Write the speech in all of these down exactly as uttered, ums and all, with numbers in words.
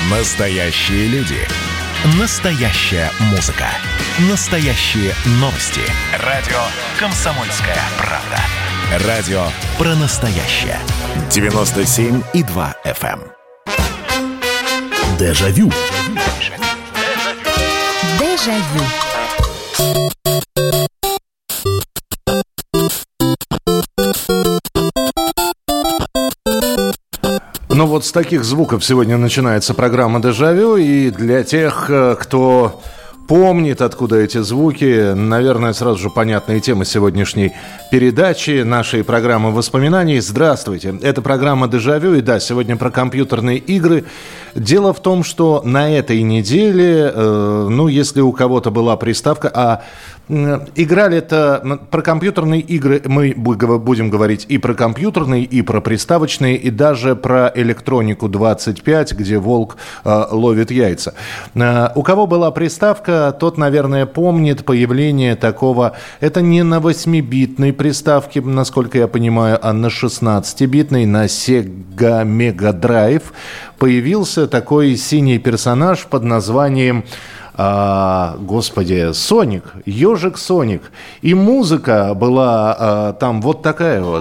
Настоящие люди. Настоящая музыка. Настоящие новости. Радио «Комсомольская правда». Радио про настоящее. девяносто семь и два эф эм. Дежавю. Дежавю. Ну вот с таких звуков сегодня начинается программа «Дежавю». И для тех, кто помнит, откуда эти звуки, наверное, сразу же понятная тема сегодняшней передачи, нашей программы воспоминаний. Здравствуйте, это программа «Дежавю». И да, сегодня про компьютерные игры. Дело в том, что на этой неделе, э, ну, если у кого-то была приставка, а э, играли-то про компьютерные игры, мы будем говорить и про компьютерные, и про приставочные, и даже про электронику двадцать пять, где волк э, ловит яйца. Э, у кого была приставка, тот, наверное, помнит появление такого, это не на восьмибитной приставке, насколько я понимаю, а на шестнадцатибитной, на Sega Mega Drive, появился такой синий персонаж под названием, а, господи, Соник, ежик Соник. И музыка была а, там вот такая вот.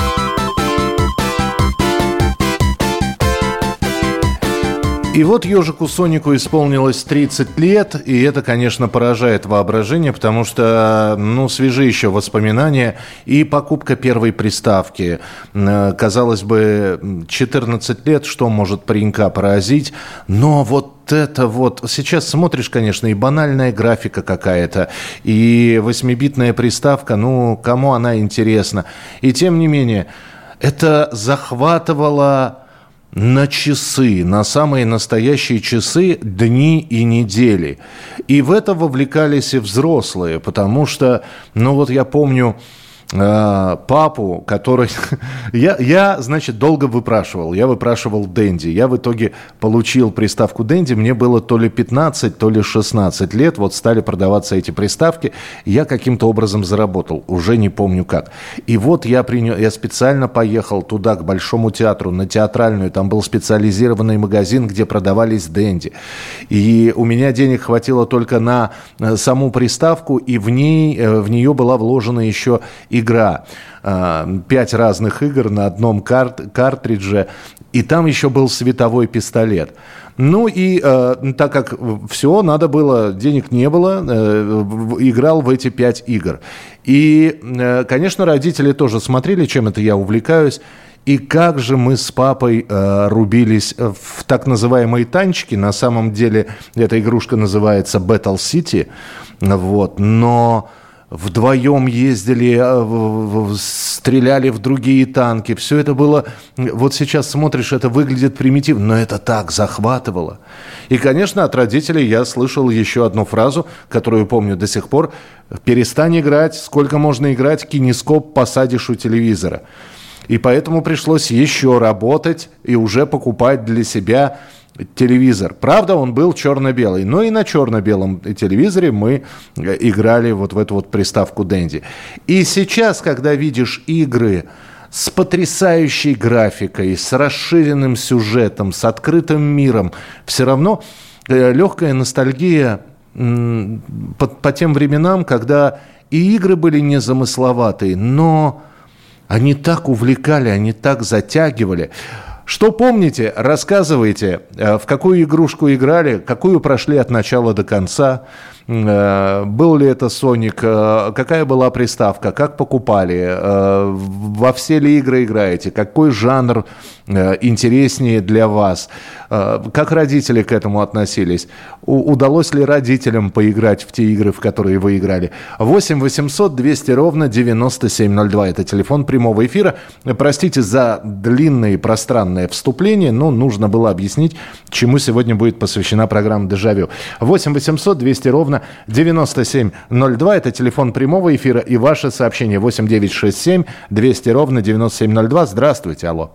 И вот ежику Сонику исполнилось тридцать лет, и это, конечно, поражает воображение, потому что, ну, свежи еще воспоминания и покупка первой приставки. Казалось бы, четырнадцать лет, что может паренька поразить, но вот это вот... Сейчас смотришь, конечно, и банальная графика какая-то, и восьмибитная приставка, ну, кому она интересна. И тем не менее, это захватывало... на часы, на самые настоящие часы, дни и недели. И в это вовлекались и взрослые, потому что, ну вот я помню э, папу, который... я, я, значит, долго выпрашивал. Я выпрашивал Денди. Я в итоге получил приставку Денди. Мне было то ли пятнадцать, то ли шестнадцать лет. Вот стали продаваться эти приставки. Я каким-то образом заработал. Уже не помню как. И вот я, принес, я специально поехал туда, к Большому театру, на Театральную. Там был специализированный магазин, где продавались Денди. И у меня денег хватило только на саму приставку. И в ней, в нее была вложена еще игра. Пять разных игр на одном карт, картридже. И там еще был световой пистолет. Ну и э, так как все надо было, денег не было, э, играл в эти пять игр. И, э, конечно, родители тоже смотрели, чем это я увлекаюсь. И как же мы с папой э, рубились в так называемые танчики. На самом деле эта игрушка называется Battle City. Вот, но... Вдвоем ездили, стреляли в другие танки. Все это было... Вот сейчас смотришь, это выглядит примитивно, но это так захватывало. И, конечно, от родителей я слышал еще одну фразу, которую помню до сих пор. «Перестань играть, сколько можно играть, кинескоп посадишь у телевизора». И поэтому пришлось еще работать и уже покупать для себя телевизор. Правда, он был черно-белый, но и на черно-белом телевизоре мы играли вот в эту вот приставку Денди. И сейчас, когда видишь игры с потрясающей графикой, с расширенным сюжетом, с открытым миром, все равно легкая ностальгия по, по тем временам, когда и игры были незамысловатые, но они так увлекали, они так затягивали. Что помните, рассказывайте, в какую игрушку играли, какую прошли от начала до конца, был ли это Соник, какая была приставка, как покупали, во все ли игры играете, какой жанр интереснее для вас, как родители к этому относились, удалось ли родителям поиграть в те игры, в которые вы играли. восемь восемьсот двести ровно девяносто семь ноль два, это телефон прямого эфира. Простите за длинное и пространное вступление, но нужно было объяснить, чему сегодня будет посвящена программа «Дежавю». восемь восемьсот двести ровно девяносто семь ноль два, это телефон прямого эфира, и ваше сообщение восемь девятьсот шестьдесят семь двести ровно девяносто семь ноль два. Здравствуйте, алло.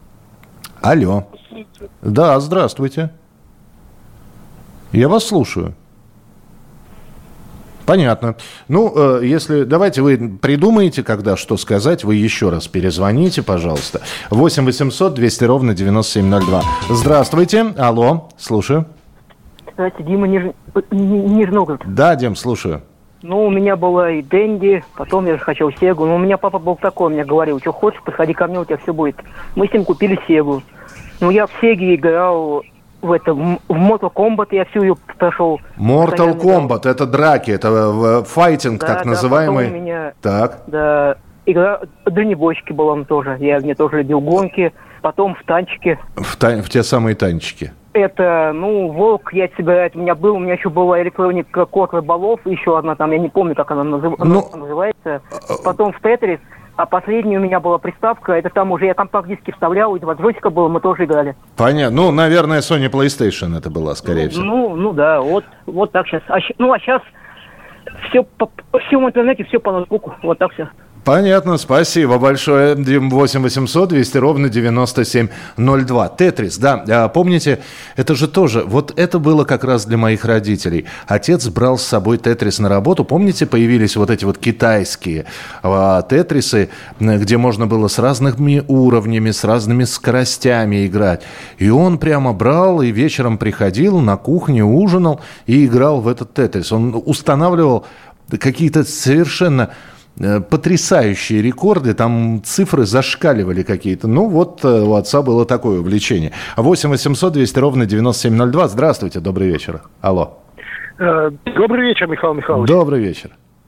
Алло. Да, здравствуйте. Я вас слушаю. Понятно. Ну, э, если... Давайте вы придумаете, когда что сказать, вы еще раз перезвоните, пожалуйста. восемь восемьсот двести ровно девяносто семь ноль два. Здравствуйте. Алло, слушаю. Кстати, Дима, Ниж... Нижний Новгород. Да, Дим, слушаю. Ну, у меня была и Дэнди, потом я же хотел Сегу. Но у меня папа был такой, мне говорил, что хочешь, подходи ко мне, у тебя все будет. Мы с ним купили Сегу. Ну, я в Сеге играл... В этом, в Mortal Kombat я всю ее прошел. Mortal Kombat, это драки, это файтинг, да, так да, называемый. Потом у меня, так. Да, игра дальнобойщики была тоже. Я в ней тоже любил гонки. Потом в танчики. В, та- в те самые танчики. Это, ну, Волк, я тебя, это у меня был, у меня еще была электроника Кот Рыболов, еще одна там, я не помню, как она, назыв... ну, она называется. Потом в Тетрис. А последняя у меня была приставка, это там уже я компакт-диски вставлял, и два джойстика было, мы тоже играли. Понятно. Ну, наверное, Sony PlayStation это была, скорее ну, всего. Ну, ну да, вот, вот так сейчас. А, ну, а сейчас все по, по всему интернете, все по ноутбуку, вот так все. Понятно, спасибо большое. восемь восемьсот двести ровно девяносто семь ноль два. Тетрис, да, помните, это же тоже, вот это было как раз для моих родителей. Отец брал с собой Тетрис на работу. Помните, появились вот эти вот китайские а, Тетрисы, где можно было с разными уровнями, с разными скоростями играть. И он прямо брал и вечером приходил на кухню, ужинал и играл в этот Тетрис. Он устанавливал какие-то совершенно... потрясающие рекорды, там цифры зашкаливали какие-то. Ну, вот у отца было такое увлечение. восемь восемьсот двести ровно девяносто семь ноль два. Здравствуйте, добрый вечер. Алло. Добрый вечер, Михаил Михайлович. Добрый вечер.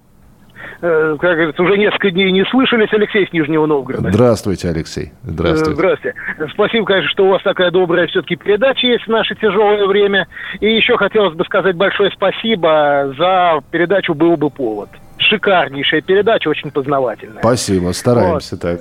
Как говорится, уже несколько дней не слышались. Алексей с Нижнего Новгорода. Здравствуйте, Алексей. Здравствуйте. Здравствуйте. Спасибо, конечно, что у вас такая добрая все-таки передача есть в наше тяжелое время. И еще хотелось бы сказать большое спасибо за передачу «Был бы повод». Шикарнейшая передача, очень познавательная. Спасибо, стараемся вот. Так.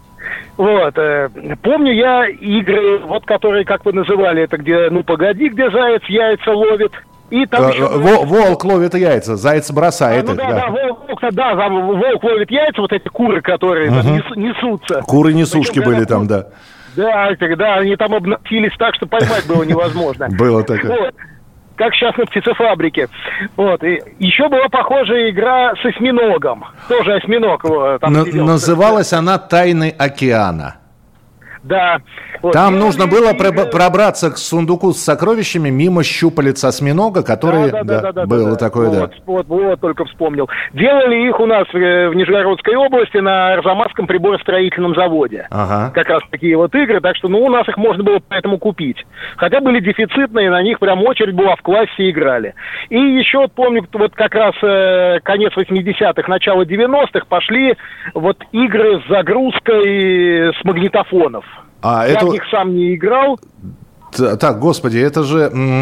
Вот, э, помню я игры, вот которые, как вы называли, это где, ну погоди, где заяц яйца ловит. И там а, еще... Вол, волк ловит яйца, заяц бросает а, ну, их. Да, да, да, волк, да, да, волк ловит яйца, вот эти куры, которые uh-huh. там нес, несутся. Куры-несушки были там, да. Да, да, они там обносились так, что поймать было невозможно. Было такое. Как сейчас на птицефабрике. Вот. И еще была похожая игра с осьминогом. Тоже осьминог. Там На- называлась она «Тайны океана». Да. Вот. Там и нужно и, было и, про- и... пробраться к сундуку с сокровищами мимо щупалец осьминога, который... Да, да, да, да, да, было да, такое, вот, да. Вот, вот, вот, только вспомнил. Делали их у нас в, в Нижегородской области на Арзамасском приборостроительном заводе. Ага. Как раз такие вот игры, так что, ну, у нас их можно было поэтому купить. Хотя были дефицитные, на них прям очередь была, в классе играли. И еще вот помню, вот как раз э, конец восьмидесятых, начало девяностых пошли вот игры с загрузкой с магнитофонов. А Я это... в них сам не играл. Так, господи, это же...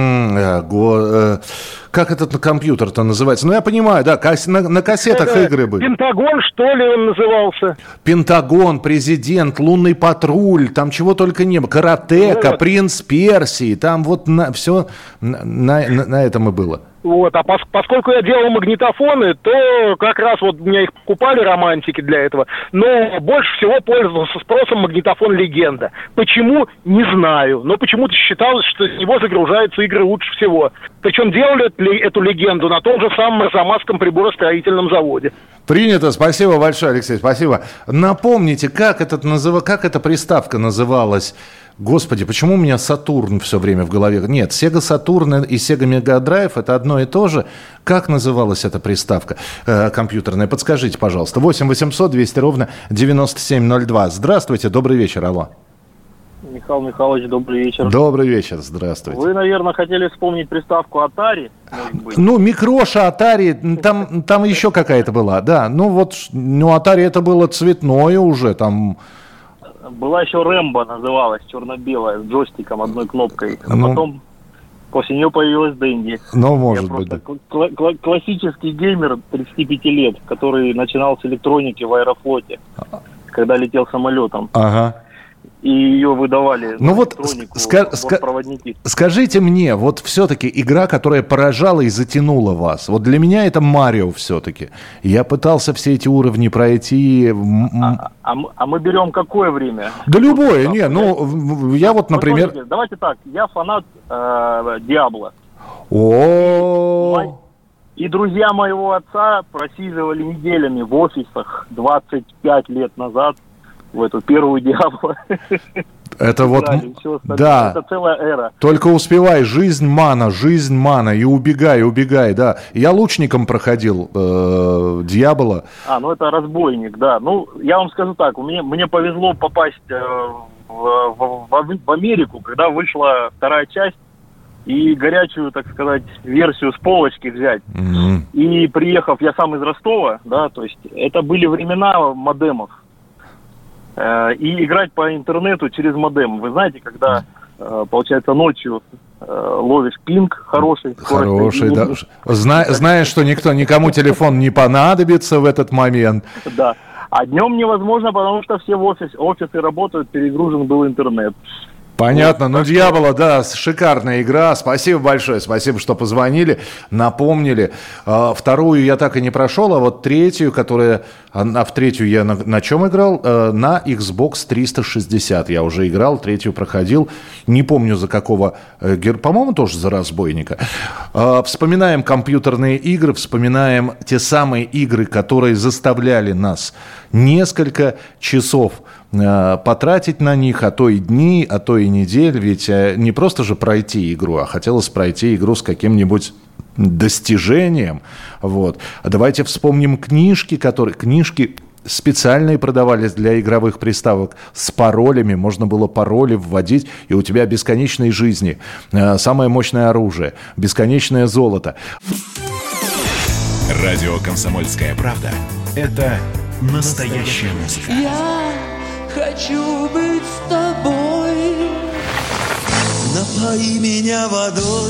М- го, э, как этот компьютер-то называется? Ну, я понимаю, да, кас- на, на кассетах это игры были. Пентагон, что ли, он назывался? Пентагон, Президент, Лунный патруль, там чего только не было. Каратека, вот. Принц Персии, там вот на, все на, на, на этом и было. Вот, а пос, поскольку я делал магнитофоны, то как раз вот у меня их покупали романтики для этого, но больше всего пользовался спросом магнитофон «Легенда». Почему? Не знаю, но почему-то считалось, что с него загружаются игры лучше всего. Причем делали эту «Легенду» на том же самом Арзамасском приборостроительном заводе. Принято, спасибо большое, Алексей, спасибо. Напомните, как, этот назыв... как эта приставка называлась? Господи, почему у меня Сатурн все время в голове? Нет, Sega Saturn и Sega Mega Drive это одно и то же. Как называлась эта приставка э, компьютерная? Подскажите, пожалуйста. восемь восемьсот двести ровно девяносто семь ноль два. Здравствуйте, добрый вечер, алло. Михаил Михайлович, добрый вечер. Добрый вечер, здравствуйте. Вы, наверное, хотели вспомнить приставку Atari, может быть? Ну, Микроша, Atari, там, там еще какая-то была, да. Ну, вот, ну, Atari это было цветное уже, там... Была еще Рэмбо, называлась, черно-белая, с джойстиком, одной кнопкой. А ну, потом после нее появилась Дэнди. Ну, может Я быть, да. Кла- кла- классический геймер тридцати пяти лет, который начинал с электроники в Аэрофлоте, когда летел самолетом. Ага. И ее выдавали ну на вот электронику, ска- бортпроводники. Скажите мне, вот все-таки игра, которая поражала и затянула вас. Вот для меня это Марио все-таки. Я пытался все эти уровни пройти. А, а, а мы берем какое время? Да любое, не, ну, я вот, например... Вот, давайте так, я фанат э, Диабло. О. И друзья моего отца просиживали неделями в офисах двадцать пять лет назад в эту первую «Диабло». Это вот, да, это целая эра. Только успевай, жизнь мана, жизнь мана, и убегай, убегай, да. Я лучником проходил э, «Дьявола». А, ну это разбойник, да. Ну, я вам скажу так, мне, мне повезло попасть э, в, в, в, в Америку, когда вышла вторая часть, и горячую, так сказать, версию с полочки взять. Mm-hmm. И приехав, я сам из Ростова, да, то есть это были времена модемов. И играть по интернету через модем. Вы знаете, когда, получается, ночью ловишь пинг хороший. Хороший, да. Зна- знаешь, что никто, никому телефон не понадобится в этот момент. Да. А днем невозможно, потому что все в офис, офисы работают, перегружен был интернет. Понятно, ну «Дьявола», да, шикарная игра, спасибо большое, спасибо, что позвонили, напомнили. Вторую я так и не прошел, а вот третью, которая, а в третью я на, на чем играл? На Xbox триста шестьдесят я уже играл, третью проходил, не помню за какого, по-моему, тоже за разбойника. Вспоминаем компьютерные игры, вспоминаем те самые игры, которые заставляли нас несколько часов потратить на них, а то и дни, а то и недель, ведь не просто же пройти игру, а хотелось пройти игру с каким-нибудь достижением. Вот. А давайте вспомним книжки, которые... Книжки специальные продавались для игровых приставок с паролями, можно было пароли вводить, и у тебя бесконечные жизни, самое мощное оружие, бесконечное золото. Радио «Комсомольская правда» — это настоящая музыка. Хочу быть с тобой. Напои меня водой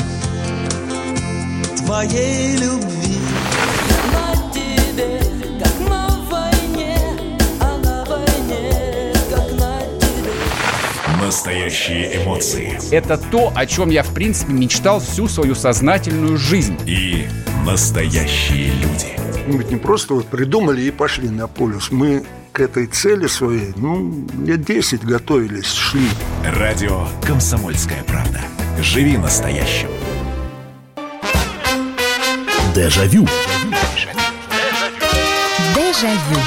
твоей любви. На тебе, как на войне, а на войне, как на тебе. Настоящие эмоции. Это то, о чем я, в принципе, мечтал всю свою сознательную жизнь. И настоящие люди. Мы ведь не просто вот придумали и пошли на полюс. Мы к этой цели своей, ну, лет десять готовились, шли. Радио «Комсомольская правда». Живи настоящим. Дежавю. Дежавю.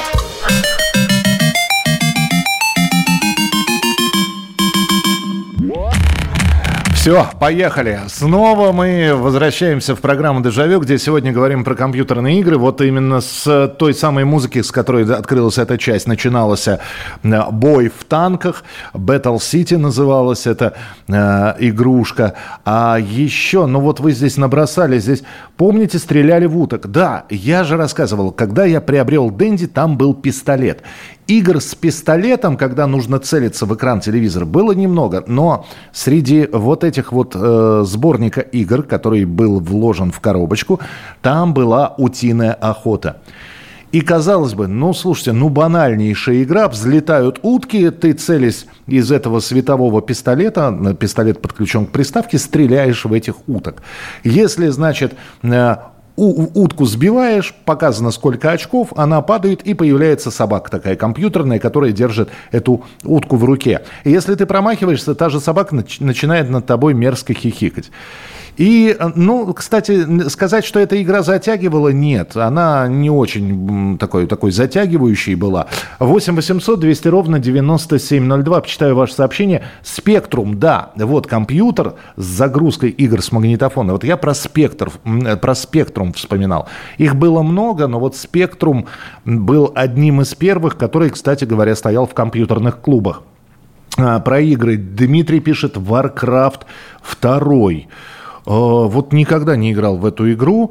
Все, поехали. Снова мы возвращаемся в программу «Дежавю», где сегодня говорим про компьютерные игры. Вот именно с той самой музыки, с которой открылась эта часть, начиналась «Бой в танках». Battle City называлась эта э, игрушка. А еще, ну вот вы здесь набросали, здесь, помните, стреляли в уток? Да, я же рассказывал, когда я приобрел Dendy, там был пистолет. Игр с пистолетом, когда нужно целиться в экран телевизора, было немного, но среди вот этих вот э, сборника игр, который был вложен в коробочку, там была «Утиная охота». И казалось бы, ну слушайте, ну банальнейшая игра, взлетают утки, ты целясь из этого светового пистолета, пистолет подключен к приставке, стреляешь в этих уток. Если, значит, э, У, утку сбиваешь, показано сколько очков, она падает, и появляется собака такая компьютерная, которая держит эту утку в руке. И если ты промахиваешься, та же собака нач- начинает над тобой мерзко хихикать. И, ну, кстати, сказать, что эта игра затягивала, нет. Она не очень такой, такой затягивающей была. восемь восемьсот двести ровно девяносто семь ноль два. Почитаю ваше сообщение. Спектрум, да. Вот компьютер с загрузкой игр с магнитофона. Вот я про Спектр, про Спектрум вспоминал. Их было много, но вот Спектрум был одним из первых, который, кстати говоря, стоял в компьютерных клубах. Про игры Дмитрий пишет «Warcraft два». Вот никогда не играл в эту игру.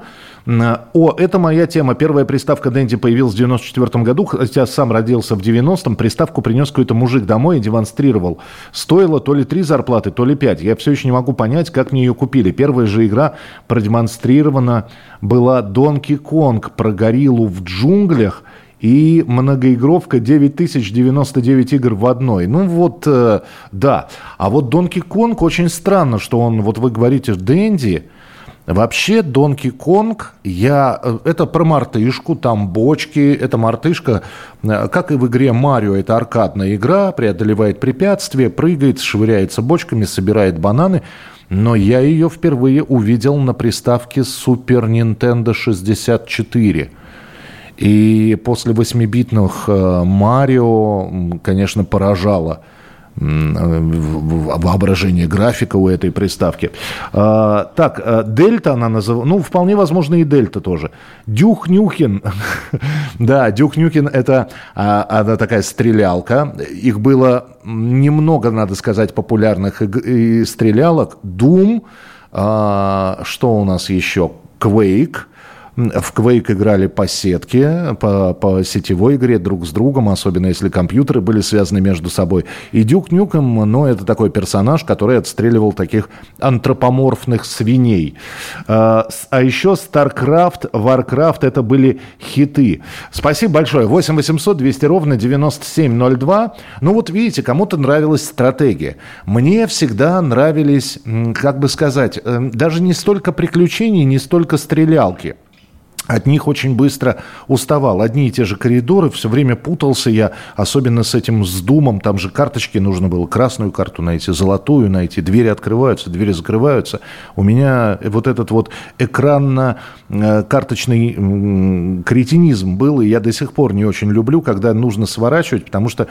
О, это моя тема. Первая приставка Dendy появилась в девяносто четвёртом году, хотя сам родился в девяностом. Приставку принес какой-то мужик домой и демонстрировал. Стоило то ли три зарплаты, то ли пять. Я все еще не могу понять, как мне ее купили. Первая же игра продемонстрирована была Donkey Kong про гориллу в джунглях. И многоигровка девять тысяч девяносто девять игр в одной. Ну вот, э, да. А вот Donkey Kong очень странно, что он, вот вы говорите, Dendy, Вообще, Донки Конг, я, это про мартышку, там бочки, это мартышка, как и в игре Марио, это аркадная игра, преодолевает препятствия, прыгает, швыряется бочками, собирает бананы, но я ее впервые увидел на приставке Super Nintendo шестьдесят четыре. И после восьмибитных Марио, конечно, поражало воображение графика у этой приставки. А, так, Дельта она называла, ну, вполне возможно, и Дельта тоже. Дюк Нюкем, да, Дюк Нюкем это а, она такая стрелялка. Их было немного, надо сказать, популярных и, и стрелялок. Doom, а, что у нас еще? Quake. В Quake играли по сетке, по, по сетевой игре друг с другом, особенно если компьютеры были связаны между собой. И Дюк Нюкем, ну, это такой персонаж, который отстреливал таких антропоморфных свиней. А, а еще StarCraft, Warcraft, это были хиты. Спасибо большое. восемь восемьсот двести ровно девяносто семь ноль два. Ну, вот видите, кому-то нравилась стратегия. Мне всегда нравились, как бы сказать, даже не столько приключений, не столько стрелялки. От них очень быстро уставал. Одни и те же коридоры, все время путался я, особенно с этим, с Думом. Там же карточки нужно было, красную карту найти, золотую найти. Двери открываются, двери закрываются. У меня вот этот вот экранно-карточный кретинизм был, и я до сих пор не очень люблю, когда нужно сворачивать, потому что,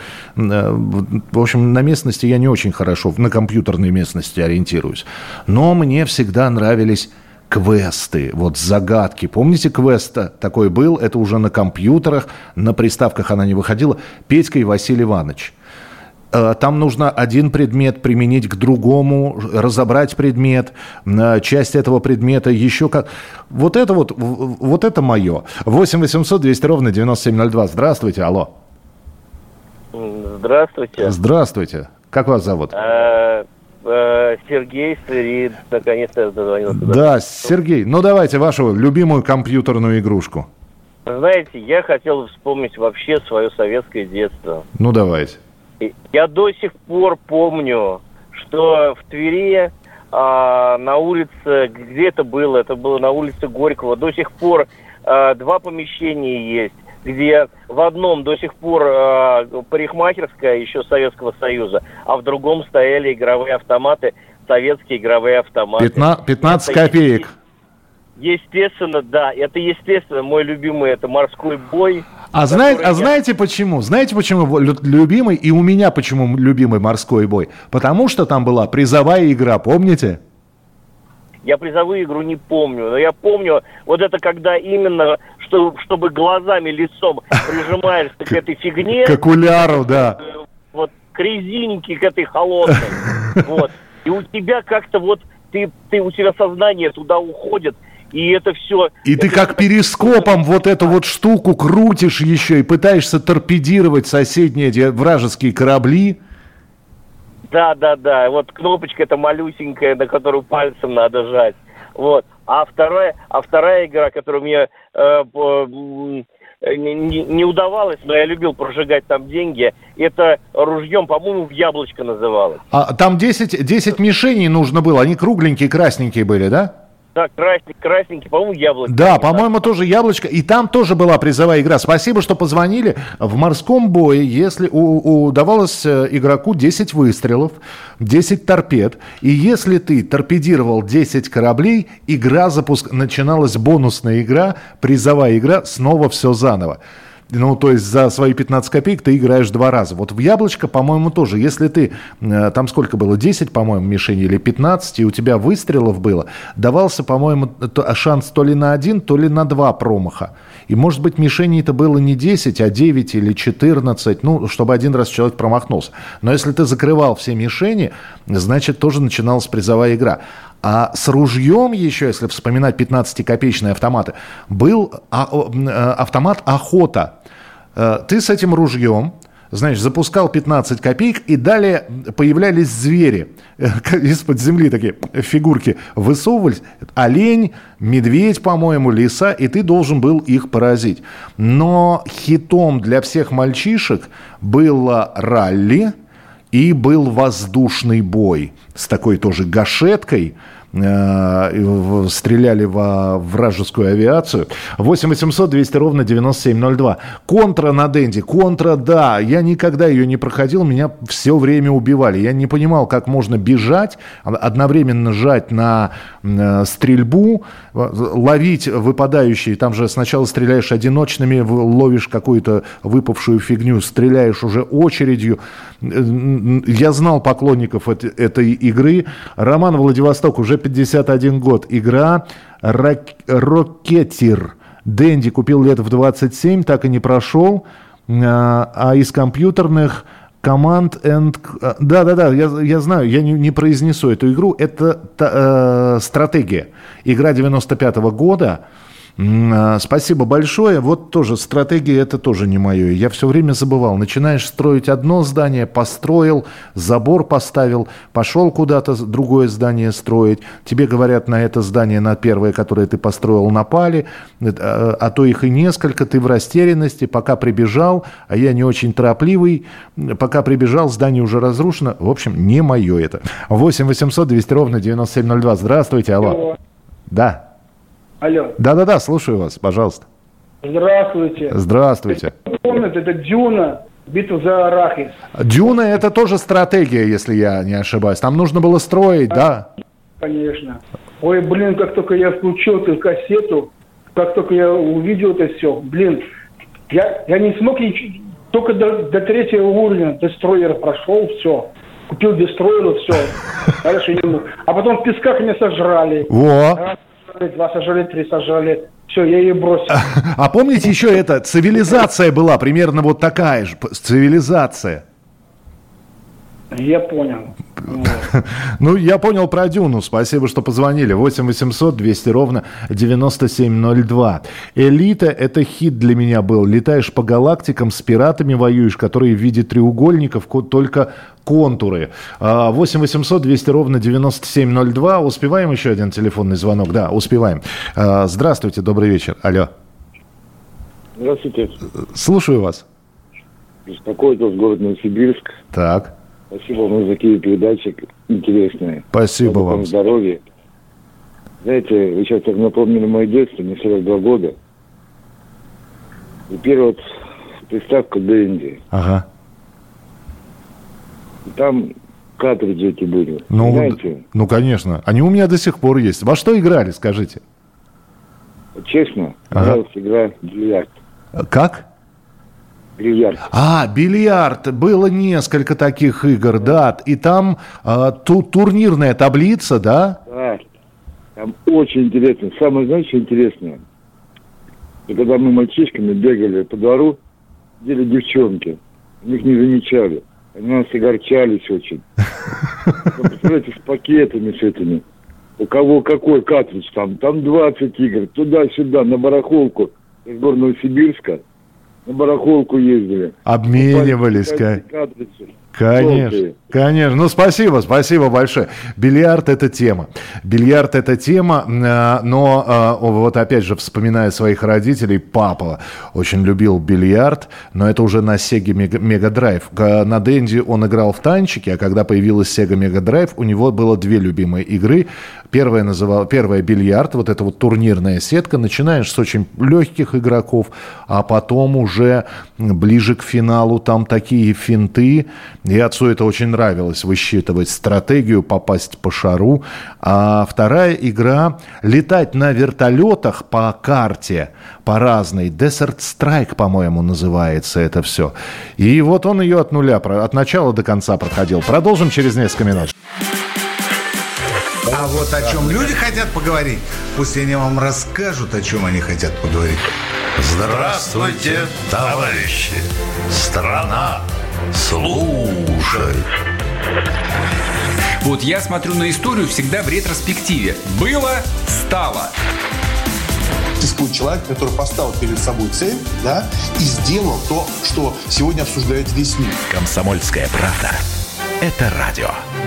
в общем, на местности я не очень хорошо, на компьютерной местности ориентируюсь. Но мне всегда нравились квесты, вот загадки. Помните, квест такой был? Это уже на компьютерах, на приставках она не выходила. Петька и Василий Иванович. Там нужно один предмет применить к другому, разобрать предмет, часть этого предмета еще как... Вот это вот, вот это мое. восемь восемьсот двести ровно девяносто семь ноль два. Здравствуйте, алло. Здравствуйте. Здравствуйте. Как вас зовут? Сергей, и наконец-то дозвонился. Да, Сергей, ну давайте вашу любимую компьютерную игрушку. Знаете, я хотел вспомнить вообще свое советское детство. Ну давайте. Я до сих пор помню, что в Твери а, на улице, где это было, это было на улице Горького, до сих пор а, два помещения есть, где в одном до сих пор э, парикмахерская еще Советского Союза, а в другом стояли игровые автоматы, советские игровые автоматы. пятнадцать копеек. Естественно, да, это естественно, мой любимый это «Морской бой». А, знает, а я... знаете почему? Знаете почему любимый, и у меня почему любимый «Морской бой»? Потому что там была призовая игра, помните? Я призовую игру не помню, но я помню вот это, когда именно, что, чтобы глазами, лицом прижимаешься к этой фигне. К окуляру, да. Вот к резинке, к этой холодной. Вот. И у тебя как-то вот, ты, ты, у тебя сознание туда уходит, и это все... И это ты как перископом вот эту вот штуку крутишь еще и пытаешься торпедировать соседние эти вражеские корабли. Да, да, да. Вот кнопочка эта малюсенькая, на которую пальцем надо жать. Вот. А вторая, а вторая игра, которая мне э, не, не удавалась, но я любил прожигать там деньги, это ружьем, по-моему, в яблочко называлось. А там десять, десять мишеней нужно было, они кругленькие, красненькие были, да? Да, красненький, красненький, по-моему, яблочко. Да, по-моему, так. Тоже яблочко. И там тоже была призовая игра. Спасибо, что позвонили. В «Морском бое», если у, удавалось игроку десять выстрелов, десять торпед, и если ты торпедировал десять кораблей, игра запуск... начиналась бонусная игра, призовая игра, снова все заново. Ну, то есть за свои пятнадцать копеек ты играешь два раза. Вот в яблочко, по-моему, тоже. Если ты, там сколько было, десять, по-моему, мишеней или пятнадцать, и у тебя выстрелов было, давался, по-моему, шанс то ли на один, то ли на два промаха. И, может быть, мишеней-то было не десять, а девять или четырнадцать, ну, чтобы один раз человек промахнулся. Но если ты закрывал все мишени, значит, тоже начиналась призовая игра. А с ружьем еще, если вспоминать пятнадцатикопеечные автоматы, был автомат «Охота». Ты с этим ружьем, значит, запускал пятнадцать копеек, и далее появлялись звери. Из-под земли такие фигурки высовывались. Олень, медведь, по-моему, лиса, и ты должен был их поразить. Но хитом для всех мальчишек было ралли. И был воздушный бой. с такой тоже гашеткой, э, стреляли во вражескую авиацию. восемь восемьсот двести ровно девяносто семь ноль два. Контра на Денди. Контра, да. Я никогда ее не проходил. Меня все время убивали. Я не понимал, как можно бежать, одновременно жать на э, стрельбу, ловить выпадающие. Там же сначала стреляешь одиночными, ловишь какую-то выпавшую фигню, стреляешь уже очередью. Я знал поклонников этой, этой игры. Роман, Владивосток, уже пятьдесят один год. Игра Рокетир. Денди купил лет в двадцать семь, так и не прошел. А из компьютерных команд... And... Да-да-да, я, я знаю, я не, не произнесу эту игру. Это та, э, стратегия. Игра девяносто пятого года. Спасибо большое. Вот тоже стратегия, это тоже не мое. Я все время забывал. Начинаешь строить одно здание, построил, забор поставил, пошел куда-то другое здание строить. Тебе говорят, на это здание, на первое, которое ты построил, напали. А то их и несколько. Ты в растерянности, пока прибежал, а я не очень торопливый. Пока прибежал, здание уже разрушено. В общем, не мое это. восемь восемьсот двести ровно девяносто семь ноль два. Здравствуйте, алло. алло. Да. Алло. Да-да-да, слушаю вас, пожалуйста. Здравствуйте. Здравствуйте. Помните, это Дюна, битва за Арахис. Дюна — это тоже стратегия, если я не ошибаюсь. Там нужно было строить, а, да? Конечно. Ой, блин, как только я включил эту кассету, как только я увидел это все, блин, я, я не смог ничего, только до, до третьего уровня дестройера прошел, все. Купил дестройер, все. Дальше не мог. А потом в песках меня сожрали. Во! Два сожрали, три сожрали. Все, я ее бросил. А помните еще это? Цивилизация была примерно вот такая же. Цивилизация. Я понял. Ну, я понял про Дюну. Спасибо, что позвонили. восемь восемьсот двести ровно девяносто семь ноль два. Элита — это хит для меня был. Летаешь по галактикам, с пиратами воюешь, которые в виде треугольников, только контуры. восемь восемьсот двести ровно девяносто семь ноль два. Успеваем еще один телефонный звонок? Да, успеваем. Здравствуйте, добрый вечер. Алло. Здравствуйте. Слушаю вас. Беспокоит вас город Новосибирск. Так. Спасибо вам за такие передачи интересные. Спасибо вам. Вам здоровья. Знаете, вы сейчас так напомнили мое детство, мне сорок два года. И первая вот приставка Денди. Ага. И там картриджи эти были. Ну, знаете? Ну, конечно. Они у меня до сих пор есть. Во что играли, скажите? Честно, ага. Нравилась игра бильярд. Как? Бильярд. А, бильярд. Было несколько таких игр, да. И там а, ту, турнирная таблица, да? Да. Там очень интересно. Самое, знаете, интересное? И когда мы мальчишками бегали по двору, сидели девчонки. Мы их не замечали. Они нас огорчались очень. Там, представляете, с пакетами, с этими. У кого какой картридж там? Там двадцать игр. Туда-сюда, на барахолку из города Новосибирска. На барахолку ездили. Обменивались, как... Конечно, Желтые. Конечно. Ну, спасибо, спасибо большое. Бильярд – это тема. Бильярд – это тема, но вот опять же, вспоминая своих родителей, папа очень любил бильярд, но это уже на Sega Mega Drive. На Денди он играл в танчики, а когда появилась Sega Mega Drive, у него было две любимые игры. Первая называла, первая бильярд, вот эта вот турнирная сетка. Начинаешь с очень легких игроков, а потом уже ближе к финалу там такие финты. И отцу это очень нравилось, высчитывать стратегию, попасть по шару. А вторая игра – летать на вертолетах по карте, по разной. Desert Strike, по-моему, называется это все. И вот он ее от нуля, от начала до конца проходил. Продолжим через несколько минут. А вот о чем люди хотят поговорить, пусть они вам расскажут, о чем они хотят поговорить. Здравствуйте, товарищи! Страна слушай! Вот я смотрю на историю всегда в ретроспективе. Было, стало. Существует человек, который поставил перед собой цель, да, и сделал то, что сегодня обсуждает весь мир. Комсомольская правда. Это радио.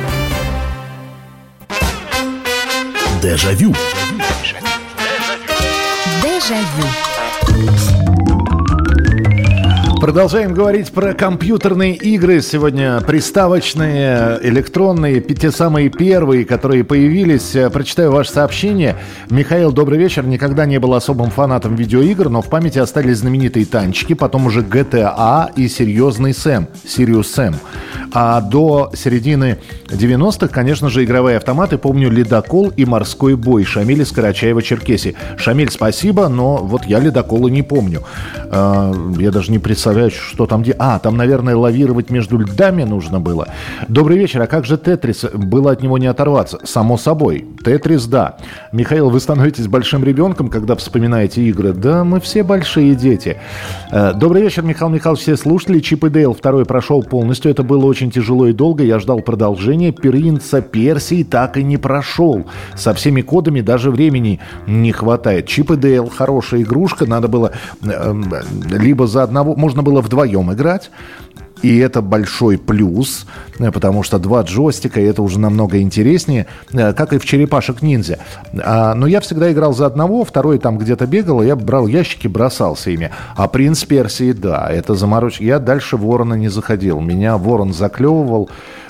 Дежавю. Дежавю. Продолжаем говорить про компьютерные игры. Сегодня приставочные, электронные, те самые первые, которые появились. Прочитаю ваше сообщение. Михаил, добрый вечер. Никогда не был особым фанатом видеоигр, но в памяти остались знаменитые танчики, потом уже джи ти эй и серьезный Сэм, Sirius Сэм. А до середины девяностых, конечно же, игровые автоматы. Помню «Ледокол» и «Морской бой» Шамиль из Карачаева-Черкесии. Шамиль, спасибо, но вот я «Ледокола» не помню. Я даже не представляю, что там... А, там, наверное, лавировать между льдами нужно было. Добрый вечер. А как же «Тетрис»? Было от него не оторваться. Само собой. «Тетрис», да. Михаил, вы становитесь большим ребенком, когда вспоминаете игры. Да, мы все большие дети. Добрый вечер, Михаил Михайлович, все слушатели. «Чип и Дейл» второй прошел полностью. Это было очень тяжело и долго. Я ждал продолжения. «Принца Персии» так и не прошел. Со всеми кодами даже времени не хватает. «Чип и Дейл» хорошая игрушка. Надо было э, либо за одного... Можно было вдвоем играть. И это большой плюс, потому что два джойстика, и это уже намного интереснее, как и в «Черепашек-ниндзя». А, но я всегда играл за одного, второй там где-то бегал, и я брал ящики, бросался ими. А «Принц Персии», да, это заморочка. Я дальше «Ворона» не заходил. Меня «Ворон» заклевывал.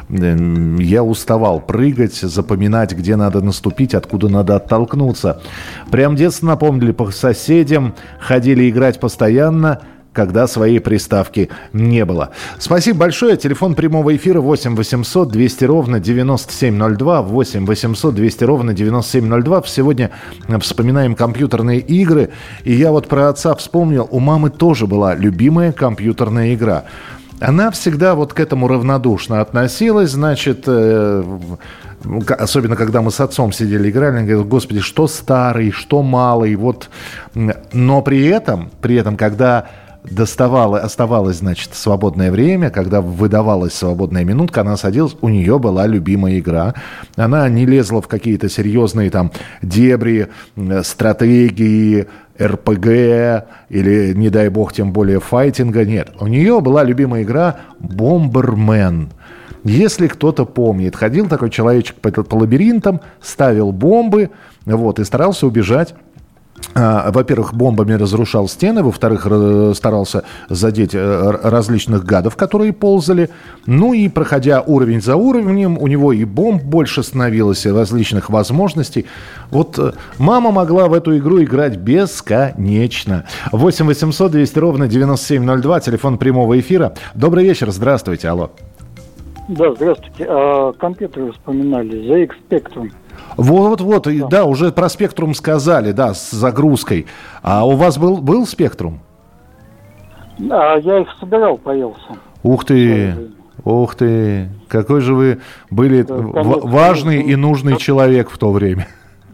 Я уставал прыгать, запоминать, где надо наступить, откуда надо оттолкнуться. Прям детство напомнили по соседям, ходили играть постоянно, когда своей приставки не было. Спасибо большое. Телефон прямого эфира восемь восемьсот двести ровно девяносто семь ноль два. восемь восемьсот двести ровно девяносто семь ноль два. Сегодня вспоминаем компьютерные игры. И я вот про отца вспомнил. У мамы тоже была любимая компьютерная игра. Она всегда вот к этому равнодушно относилась, значит, э, особенно когда мы с отцом сидели, играли, она говорит: господи, что старый, что малый, вот. Но при этом, при этом, когда доставала, оставалось, значит, свободное время, когда выдавалась свободная минутка, она садилась, у нее была любимая игра. Она не лезла в какие-то серьезные там дебри, стратегии, эр пи джи или, не дай бог, тем более файтинга. Нет, у нее была любимая игра «Бомбермен». Если кто-то помнит, ходил такой человечек по, по лабиринтам, ставил бомбы, вот, и старался убежать. Во-первых, бомбами разрушал стены, во-вторых, старался задеть различных гадов, которые ползали. Ну и, проходя уровень за уровнем, у него и бомб больше становилось, и различных возможностей. Вот мама могла в эту игру играть бесконечно. восемь восемьсот двести ровно девяносто семь ноль два, телефон прямого эфира. Добрый вечер, здравствуйте, алло. Да, здравствуйте. А, компьютеры вспоминали, зет икс Spectrum. Вот-вот, да. да, уже про «Спектрум» сказали, да, с загрузкой. А у вас был, был «Спектрум»? А, я их собирал, поелся. Ух ты, ух ты, какой же вы были да, в- важный и нужный человек в то время.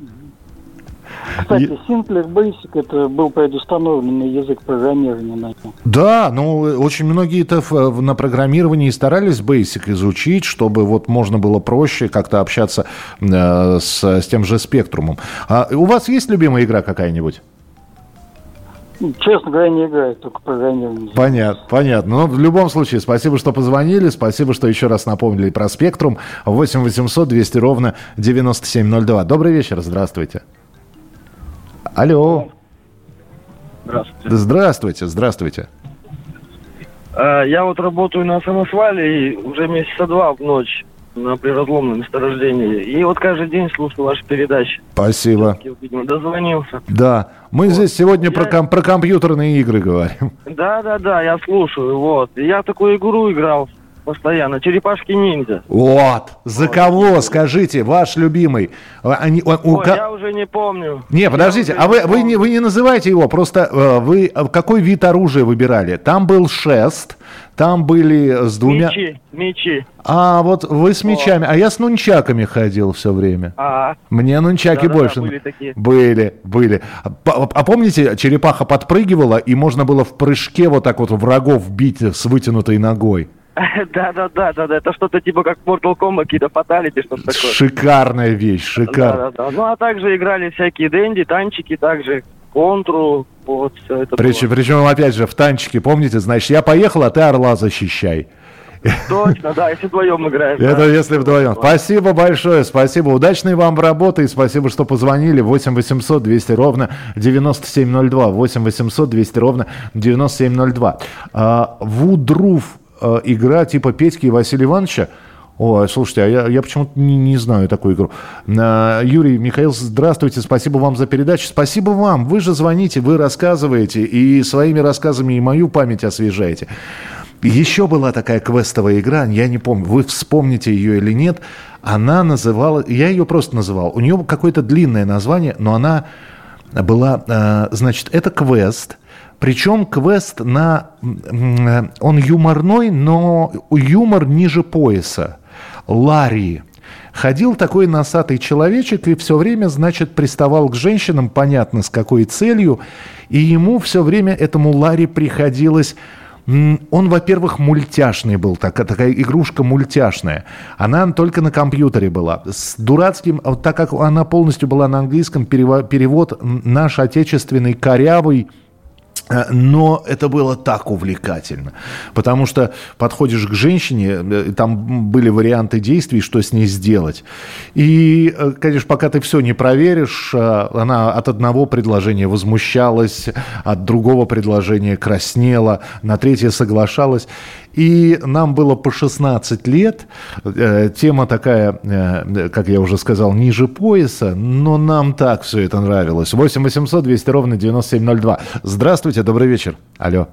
Кстати, Simpler Basic — это был предустановленный язык программирования на нем. Да, ну очень многие-то на программировании старались Basic изучить, чтобы вот можно было проще как-то общаться э, с, с тем же Спектрумом. А у вас есть любимая игра какая-нибудь? Честно говоря, не играю, только программирование. Понятно, понятно. Но в любом случае, спасибо, что позвонили, спасибо, что еще раз напомнили про Спектрум. восемь восемьсот двести ровно девяносто семь ноль два. Добрый вечер, здравствуйте. Алло. Здравствуйте. Здравствуйте, здравствуйте. А, я вот работаю на самосвале и уже месяца два в ночь на приразломном месторождении. И вот каждый день слушаю ваши передачи. Спасибо. Видимо, дозвонился. Да, мы вот. здесь сегодня я... про, ком- про компьютерные игры говорим. Да-да-да, я слушаю, вот. И я такую игру играл постоянно, «Черепашки-ниндзя». Вот, за вот. Кого, скажите, ваш любимый? Они, у, у, Ой, ка... я уже не помню. Не, подождите, а вы, вы, не, вы не называете его, просто э, вы какой вид оружия выбирали? Там был шест, там были с двумя... Мечи, мечи. А, вот вы с мечами, а я с нунчаками ходил все время. А, Мне нунчаки да, больше... Да, были такие. Были, были. А, а помните, черепаха подпрыгивала, и можно было в прыжке вот так вот врагов бить с вытянутой ногой? Да-да-да, да, это что-то типа как Mortal Kombat, какие-то фаталити, что-то такое. Шикарная вещь, шикарная. Да-да-да. Ну а также играли всякие дэнди, танчики, также контру, вот все это. Причем, причем, опять же, в танчике, помните, значит, я поехал, а ты орла защищай. Точно, да, если вдвоем играем. Это да. если вдвоем. Спасибо большое, спасибо. Удачной вам работы и спасибо, что позвонили. восемь восемьсот двести ровно девяносто семь ноль два. восемь восемьсот двести ровно девяносто семь ноль два. А, Вудруф, а, игра типа Петьки и Василия Ивановича. Ой, слушайте, а я, я почему-то не, не знаю такую игру. А, Юрий, Михаил, здравствуйте, спасибо вам за передачу. Спасибо вам, вы же звоните, вы рассказываете и своими рассказами и мою память освежаете. Еще была такая квестовая игра, я не помню, вы вспомните ее или нет. Она называла, я ее просто называл, у нее какое-то длинное название, но она была, значит, это квест. Причем квест на, он юморной, но юмор ниже пояса. Ларри. Ходил такой носатый человечек и все время, значит, приставал к женщинам, понятно, с какой целью. И ему все время, этому Ларри, приходилось... Он, во-первых, мультяшный был, такая, такая игрушка мультяшная. Она только на компьютере была. С дурацким, так как она полностью была на английском, перевод, перевод наш отечественный, корявый. Но это было так увлекательно, потому что подходишь к женщине, там были варианты действий, что с ней сделать. И, конечно, пока ты все не проверишь, она от одного предложения возмущалась, от другого предложения краснела, на третье соглашалась. И нам было по шестнадцать лет, тема такая, как я уже сказал, ниже пояса, но нам так все это нравилось. восемь восемьсот двести ровно девяносто семь ноль два. Здравствуйте, добрый вечер. Алло.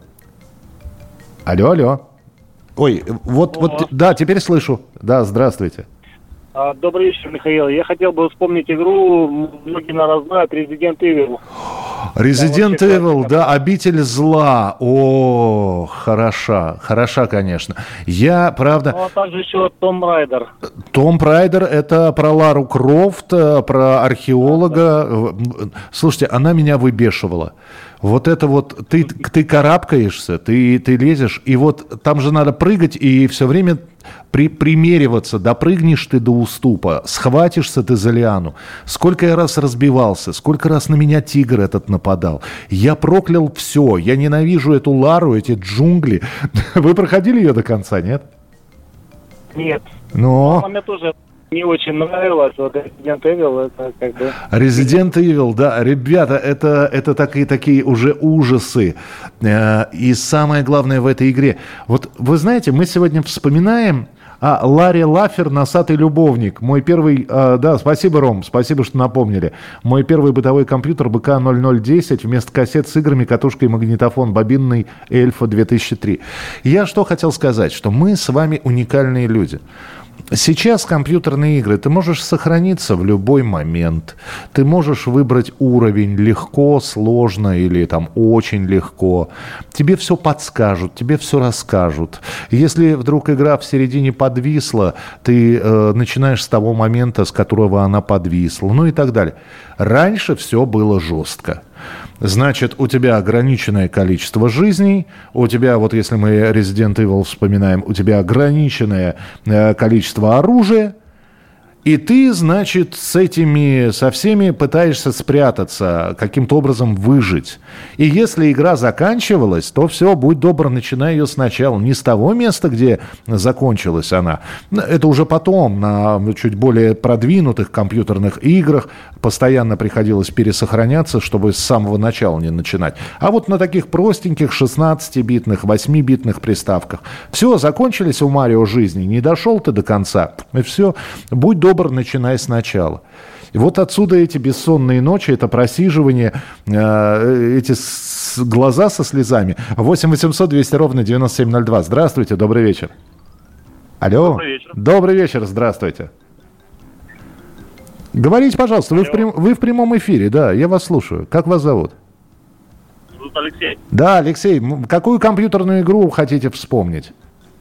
Алло, алло. Ой, вот, вот, да, теперь слышу. Да, здравствуйте. Добрый вечер, Михаил. Я хотел бы вспомнить игру, многие, наверное, знают, Resident Evil. Resident Evil, да, обитель зла. О, хороша, хороша, конечно. Я, правда... Ну, а также еще Том Райдер. Том Райдер, это про Лару Крофт, про археолога. Слушайте, она меня выбешивала. Вот это вот, ты, ты карабкаешься, ты, ты лезешь, и вот там же надо прыгать, и все время при, примериваться, допрыгнешь ты до уступа, схватишься ты за лиану. Сколько я раз разбивался, сколько раз на меня тигр этот нападал. Я проклял все, я ненавижу эту Лару, эти джунгли. Вы проходили ее до конца, нет? Нет. Но... Мне тоже не очень нравилось. Вот Resident Evil, это как бы... Resident Evil, да, ребята, это, это такие, такие уже ужасы. И самое главное в этой игре. Вот вы знаете, мы сегодня вспоминаем... А, Ларри Лаффер, носатый любовник. Мой первый... А, да, спасибо, Ром, спасибо, что напомнили. Мой первый бытовой компьютер бэ ка ноль ноль десять вместо кассет с играми, катушкой и магнитофон бобинный Эльфа две тысячи три. Я что хотел сказать, что мы с вами уникальные люди. Сейчас компьютерные игры, ты можешь сохраниться в любой момент. Ты можешь выбрать уровень легко, сложно или там очень легко. Тебе все подскажут, тебе все расскажут. Если вдруг игра в середине подвисла, ты э, начинаешь с того момента, с которого она подвисла, ну и так далее. Раньше все было жестко. Значит, у тебя ограниченное количество жизней, у тебя, вот если мы Resident Evil вспоминаем, у тебя ограниченное э, количество оружия, и ты, значит, с этими, со всеми пытаешься спрятаться, каким-то образом выжить. И если игра заканчивалась, то все, будь добр, начинай ее сначала. Не с того места, где закончилась она. Это уже потом, на чуть более продвинутых компьютерных играх, постоянно приходилось пересохраняться, чтобы с самого начала не начинать. А вот на таких простеньких шестнадцатибитных, восьмибитных приставках. Все, закончились у Марио жизни, не дошел ты до конца. И все, будь добр, добр, начинай сначала. И вот отсюда эти бессонные ночи, это просиживание, э, эти с, глаза со слезами. восемь восемьсот двести ровно девяносто семь ноль два. Здравствуйте, добрый вечер. Алло. Добрый вечер. Добрый вечер, здравствуйте. Говорите, пожалуйста, вы в, прям, вы в прямом эфире, да, я вас слушаю. Как вас зовут? Зовут Алексей. Да, Алексей, какую компьютерную игру хотите вспомнить?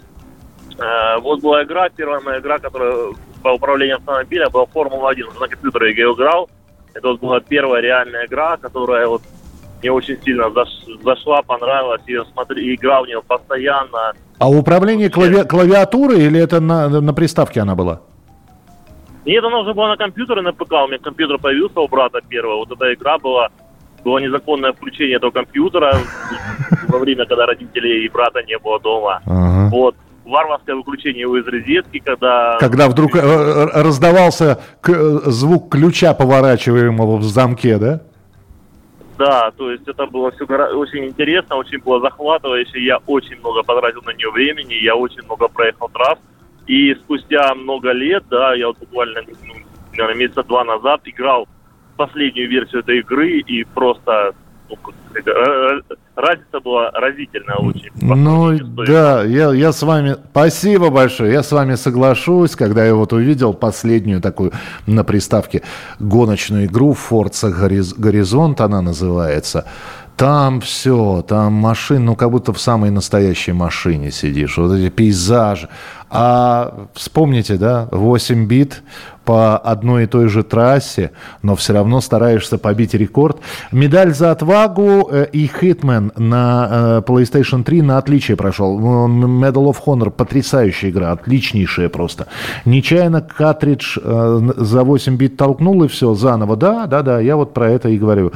Э, вот была игра, первая моя игра, которая по управлению автомобиля, была Формула один. На компьютере я играл. Это вот была первая реальная игра, которая вот мне очень сильно заш, зашла, понравилась. Я смотри, играл в нее постоянно. А управление клави... клавиатурой или это на, на приставке она была? Нет, она уже была на компьютере, на ПК. У меня компьютер появился у брата первого. Вот эта игра была, было незаконное включение этого компьютера во время, когда родителей и брата не было дома. Ага. Вот. варварское выключение его из розетки, когда... Когда вдруг раздавался звук ключа, поворачиваемого в замке, да? Да, то есть это было все очень интересно, очень было захватывающе. Я очень много потратил на нее времени, я очень много проехал трасс. И спустя много лет, да, я вот буквально, ну, наверное, месяца два назад играл последнюю версию этой игры, и просто ну, разница была разительная очень. Ну, да, я, я с вами... Спасибо большое, я с вами соглашусь, когда я вот увидел последнюю такую на приставке гоночную игру Forza Horizon, она называется. Там все, там машин, ну, как будто в самой настоящей машине сидишь. Вот эти пейзажи. А вспомните, да, восемь бит по одной и той же трассе, но все равно стараешься побить рекорд. Медаль за отвагу и Hitman на PlayStation три на отличие прошел. Medal of Honor, потрясающая игра, отличнейшая просто. Нечаянно картридж за восемь бит толкнул и все, заново. Да, да, да, я вот про это и говорю.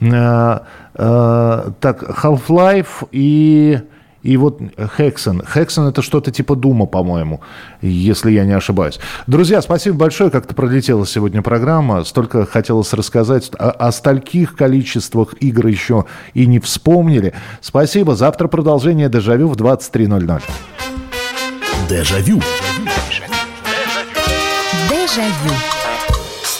Так, Half-Life и... И вот Hexen. Hexen — это что-то типа Дума, по-моему, если я не ошибаюсь. Друзья, спасибо большое. Как-то пролетела сегодня программа. Столько хотелось рассказать. О, о стольких количествах игр еще и не вспомнили. Спасибо. Завтра продолжение «Дежавю» в двадцать три ноль ноль. Дежавю. Дежавю.